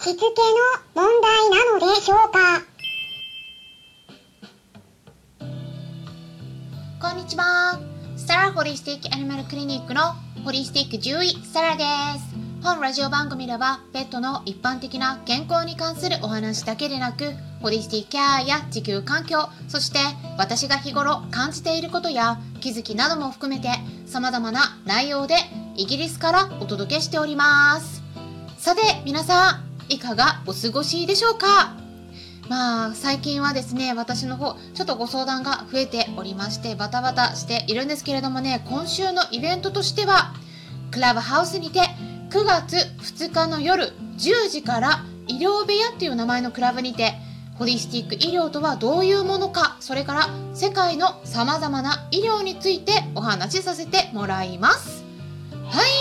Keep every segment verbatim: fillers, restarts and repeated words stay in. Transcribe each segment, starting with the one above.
しつけの問題なのでしょうか。 こんにちは。サラホリスティックアニマルクリニックのホリスティック獣医サラです。本ラジオ番組ではペットの一般的な健康に関するお話だけでなく、ホリスティックケアや地球環境、そして私が日頃感じていることや気づきなども含めて様々な内容でイギリスからお届けしております。さて皆さん、いかがお過ごしでしょうか。まあ最近はですね、私の方ちょっとご相談が増えておりましてバタバタしているんですけれどもね、今週のイベントとしてはクラブハウスにてくがつふつかの夜じゅうじから医療部屋っていう名前のクラブにて、ホリスティック医療とはどういうものか、それから世界のさまざまな医療についてお話しさせてもらいます。はい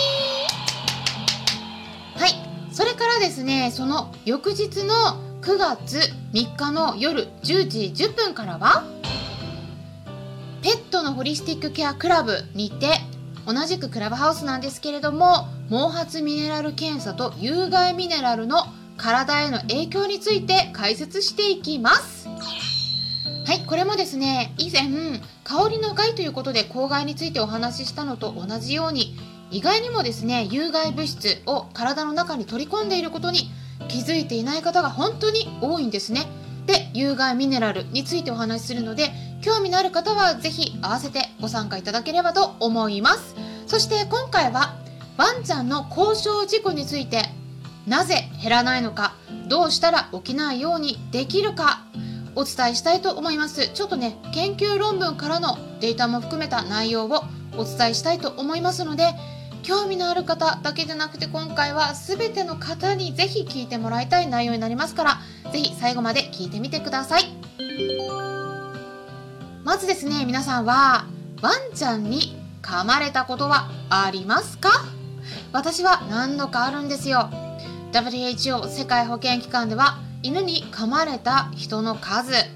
はい、それからですね、その翌日のくがつみっかの夜じゅうじじゅっぷんからはペットのホリスティックケアクラブにて、同じくクラブハウスなんですけれども、毛髪ミネラル検査と有害ミネラルの体への影響について解説していきます。はい、これもですね、以前香りの害ということで公害についてお話ししたのと同じように、意外にもですね、有害物質を体の中に取り込んでいることに気づいていない方が本当に多いんですね。で、有害ミネラルについてお話しするので、興味のある方はぜひ合わせてご参加いただければと思います。そして今回はワンちゃんの交渉事故について、なぜ減らないのか、どうしたら起きないようにできるかお伝えしたいと思います。ちょっとね、研究論文からのデータも含めた内容をお伝えしたいと思いますので、興味のある方だけでなくて、今回は全ての方にぜひ聞いてもらいたい内容になりますから、ぜひ最後まで聞いてみてください。まずですね、皆さんはワンちゃんに噛まれたことはありますか？私は何度かあるんですよ。 ダブリューエイチオー 世界保健機関では犬に噛まれた人の数、はい、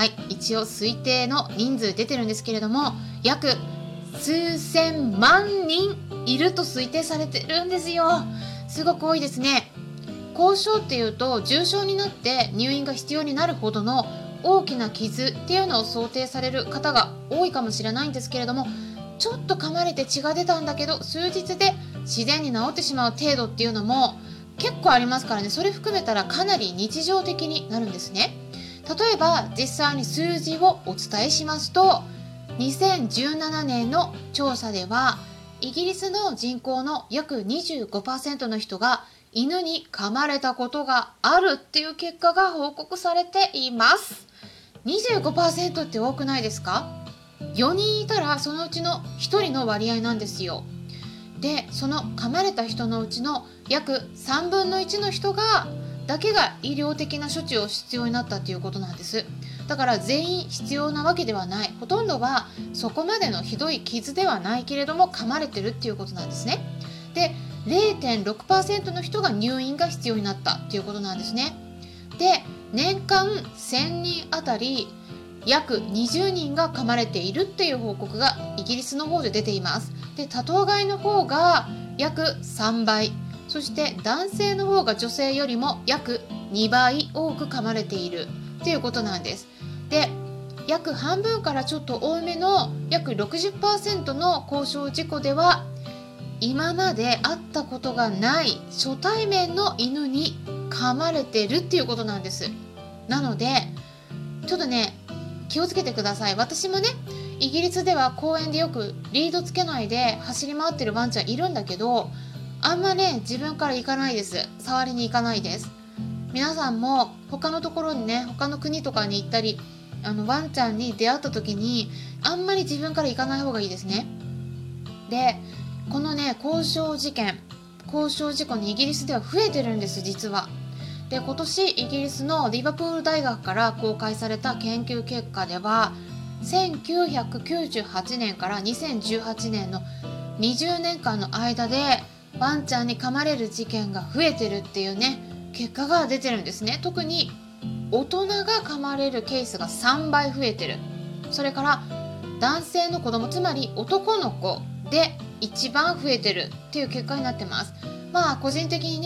一応推定の人数出てるんですけれども、約数千万人いると推定されてるんですよ。すごく多いですね。後遺症っていうと重症になって入院が必要になるほどの大きな傷っていうのを想定される方が多いかもしれないんですけれども、ちょっと噛まれて血が出たんだけど数日で自然に治ってしまう程度っていうのも結構ありますからね。それ含めたらかなり日常的になるんですね。例えば実際に数字をお伝えしますと、にせんじゅうななねんの調査ではイギリスの人口の約 にじゅうごパーセント の人が犬に噛まれたことがあるっていう結果が報告されています。 にじゅうごパーセント って多くないですか？よにんいたらそのうちのひとりの割合なんですよ。で、その噛まれた人のうちの約さんぶんのいちの人がだけが医療的な処置を必要になったということなんです。だから全員必要なわけではない。ほとんどはそこまでのひどい傷ではないけれども噛まれてるっていうことなんですね。で、れいてんろくパーセント の人が入院が必要になったっていうことなんですね。で、年間せんにんあたり約にじゅうにんが噛まれているっていう報告がイギリスの方で出ています。で、多頭飼いの方が約さんばい、そして男性の方が女性よりも約にばい多く噛まれているっていうことなんです。で、約半分からちょっと多めの約 ろくじゅっパーセント の交渉事故では今まで会ったことがない初対面の犬に噛まれてるっていうことなんです。なのでちょっとね、気をつけてください。私もね、イギリスでは公園でよくリードつけないで走り回ってるワンちゃんいるんだけど、あんまね、自分から行かないです。触りに行かないです。皆さんも他のところにね、他の国とかに行ったり、あのワンちゃんに出会った時にあんまり自分から行かない方がいいですね。で、このね、交渉事件、交渉事故にイギリスでは増えてるんです、実は。で、今年イギリスのリバプール大学から公開された研究結果では、せんきゅうひゃくきゅうじゅうはちねんからにせんじゅうはちねんのにじゅうねんかんの間でワンちゃんに噛まれる事件が増えてるっていうね、結果が出てるんですね。特に大人が噛まれるケースがさんばい増えてる。それから男性の子供、つまり男の子で一番増えてるっていう結果になってます。まあ個人的にね、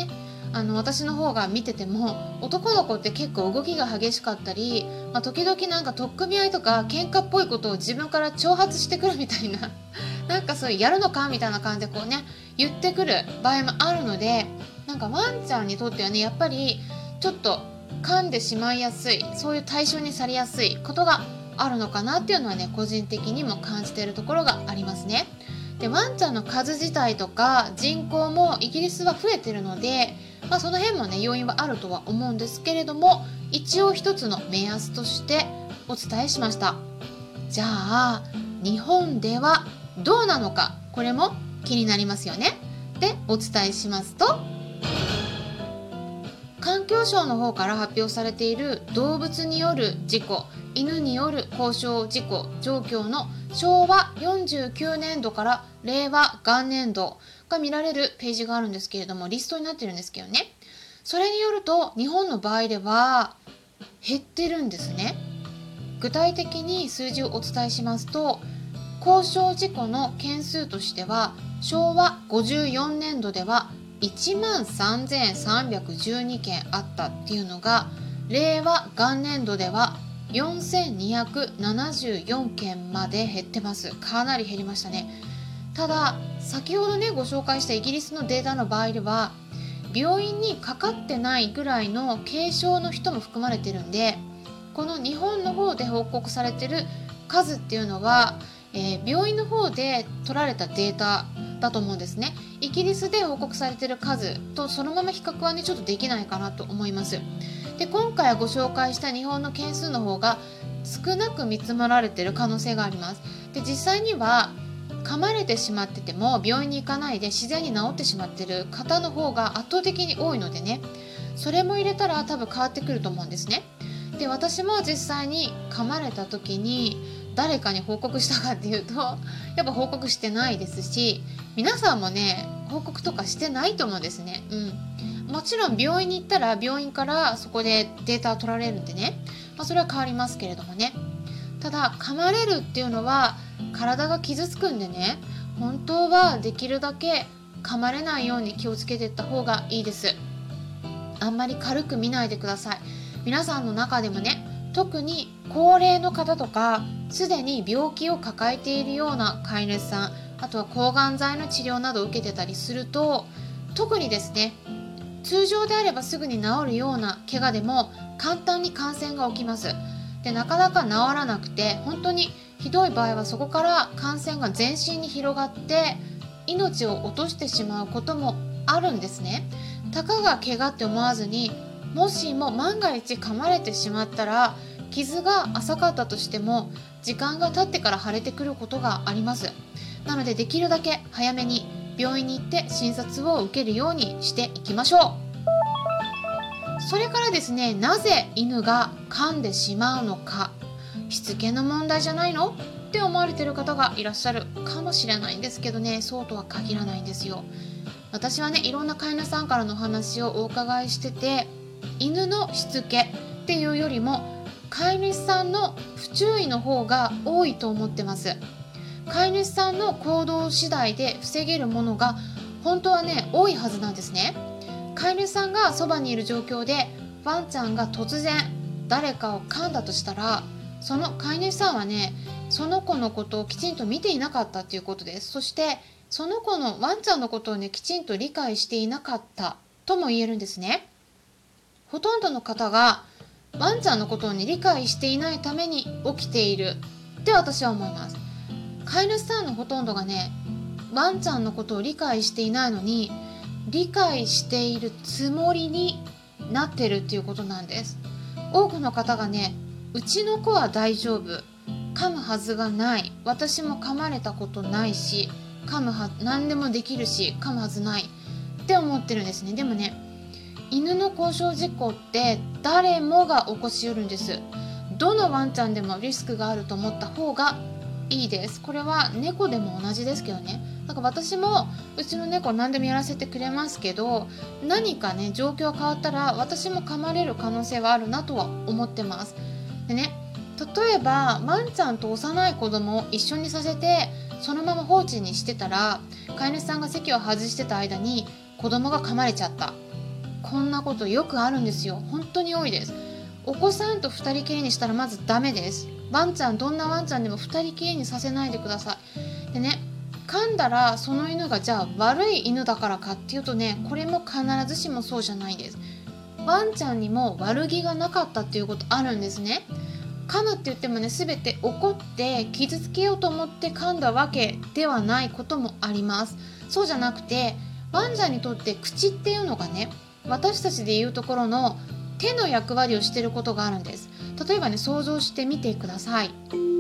あの私の方が見てても、男の子って結構動きが激しかったり、まあ、時々なんか取っ組み合いとか喧嘩っぽいことを自分から挑発してくるみたいななんかそういうやるのかみたいな感じでこうね言ってくる場合もあるので、なんかワンちゃんにとってはねやっぱりちょっと噛んでしまいやすい、そういう対象にされやすいことがあるのかなっていうのはね個人的にも感じているところがありますね。でワンちゃんの数自体とか人口もイギリスは増えてるので、まあ、その辺もね要因はあるとは思うんですけれども、一応一つの目安としてお伝えしました。じゃあ日本ではどうなのか、これも気になりますよね。でお伝えしますと、環境省の方から発表されている動物による事故、犬による交渉事故状況のしょうわよんじゅうきゅうねんどかられいわ元年度が見られるページがあるんですけれども、リストになってるんですけどね、それによると日本の場合では減ってるんですね。具体的に数字をお伝えしますと、交渉事故の件数としてはしょうわごじゅうよねんどではいちまんさんぜんさんびゃくじゅうにけんあったっていうのが、れいわ元年度ではよんせんにひゃくななじゅうよんけんまで減ってます。かなり減りましたね。ただ先ほどねご紹介したイギリスのデータの場合では病院にかかってないぐらいの軽症の人も含まれてるんで、この日本の方で報告されてる数っていうのは、えー、病院の方で取られたデータだと思うんですね。イギリスで報告されてる数とそのまま比較はねちょっとできないかなと思います。で今回ご紹介した日本の件数の方が少なく見積もられている可能性があります。で実際には噛まれてしまってても病院に行かないで自然に治ってしまっている方の方が圧倒的に多いのでね、それも入れたら多分変わってくると思うんですね。で私も実際に噛まれた時に誰かに報告したかっていうとやっぱ報告してないですし、皆さんもね報告とかしてないと思うんですね。うん、もちろん病院に行ったら病院からそこでデータを取られるんでね、まあ、それは変わりますけれどもね。ただ噛まれるっていうのは体が傷つくんでね、本当はできるだけ噛まれないように気をつけていった方がいいです。あんまり軽く見ないでください。皆さんの中でもね、特に高齢の方とかすでに病気を抱えているような飼い主さん、あとは抗がん剤の治療などを受けてたりすると、特にですね通常であればすぐに治るような怪我でも簡単に感染が起きます。でなかなか治らなくて、本当にひどい場合はそこから感染が全身に広がって命を落としてしまうこともあるんですね。たかが怪我って思わずに、もしも万が一噛まれてしまったら傷が浅かったとしても時間が経ってから腫れてくることがあります。なのでできるだけ早めに病院に行って診察を受けるようにしていきましょう。それからですね、なぜ犬が噛んでしまうのか、しつけの問題じゃないのって思われている方がいらっしゃるかもしれないんですけどね、そうとは限らないんですよ。私はねいろんな飼い主さんからのお話をお伺いしてて、犬のしつけっていうよりも飼い主さんの不注意の方が多いと思ってます。飼い主さんの行動次第で防げるものが本当はね多いはずなんですね。飼い主さんがそばにいる状況でワンちゃんが突然誰かを噛んだとしたら、その飼い主さんはねその子のことをきちんと見ていなかったということです。そしてその子のワンちゃんのことをねきちんと理解していなかったとも言えるんですね。ほとんどの方がワンちゃんのことを、ね、理解していないために起きているって私は思います。飼い主さんのほとんどがねワンちゃんのことを理解していないのに理解しているつもりになってるっていうことなんです。多くの方がね、うちの子は大丈夫、噛むはずがない、私も噛まれたことないし、噛むは何でもできるし噛むはずないって思ってるんですね。でもね、犬の交渉事故って誰もが起こしうるんです。どのワンちゃんでもリスクがあると思った方がいいです。これは猫でも同じですけどね。だから私もうちの猫何でもやらせてくれますけど、何かね状況が変わったら私も噛まれる可能性はあるなとは思ってます。でね、例えばワンちゃんと幼い子供を一緒にさせてそのまま放置にしてたら、飼い主さんが席を外してた間に子供が噛まれちゃった。 こんなことよくあるんですよ。本当に多いです。お子さんとふたりきりにしたらまずダメです。ワンちゃん、どんなワンちゃんでもふたりきりにさせないでください。でね、噛んだらその犬がじゃあ悪い犬だからかっていうとね、これも必ずしもそうじゃないんです。ワンちゃんにも悪気がなかったっていうことあるんですね。噛むって言ってもね、全て怒って傷つけようと思って噛んだわけではないこともあります。そうじゃなくて、ワンちゃんにとって口っていうのがね、私たちで言うところの手の役割をしていることがあるんです。例えばね、想像してみてください。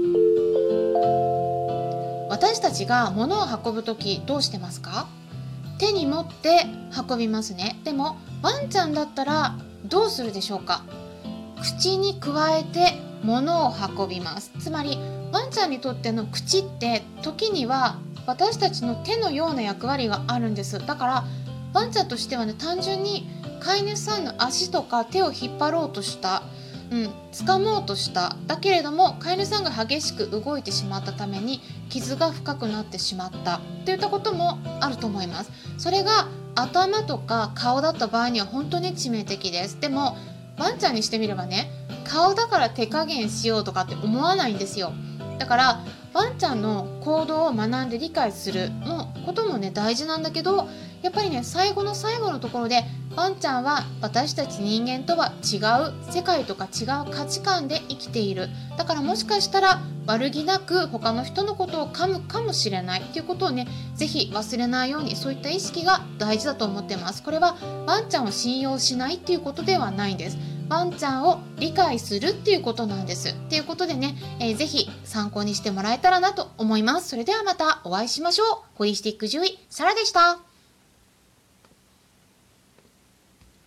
私たちが物を運ぶときどうしてますか？手に持って運びますね。でもワンちゃんだったらどうするでしょうか？口に加えて物を運びます。つまりワンちゃんにとっての口って時には私たちの手のような役割があるんです。だからワンちゃんとしてはね、単純に飼い主さんの足とか手を引っ張ろうとした、うん、掴もうとした。だけれども飼い主さんが激しく動いてしまったために傷が深くなってしまったといったこともあると思います。それが頭とか顔だった場合には本当に致命的です。でもワンちゃんにしてみればね、顔だから手加減しようとかって思わないんですよ。だからワンちゃんの行動を学んで理解するのこともね大事なんだけど、やっぱりね、最後の最後のところでワンちゃんは私たち人間とは違う世界とか違う価値観で生きている。だからもしかしたら悪気なく他の人のことを噛むかもしれないっていうことをね、ぜひ忘れないように、そういった意識が大事だと思ってます。これはワンちゃんを信用しないっていうことではないんです。ワンちゃんを理解するっていうことなんです。っていうことでね、えー、ぜひ参考にしてもらえたらなと思います。それではまたお会いしましょう。ホリスティック獣医サラでした。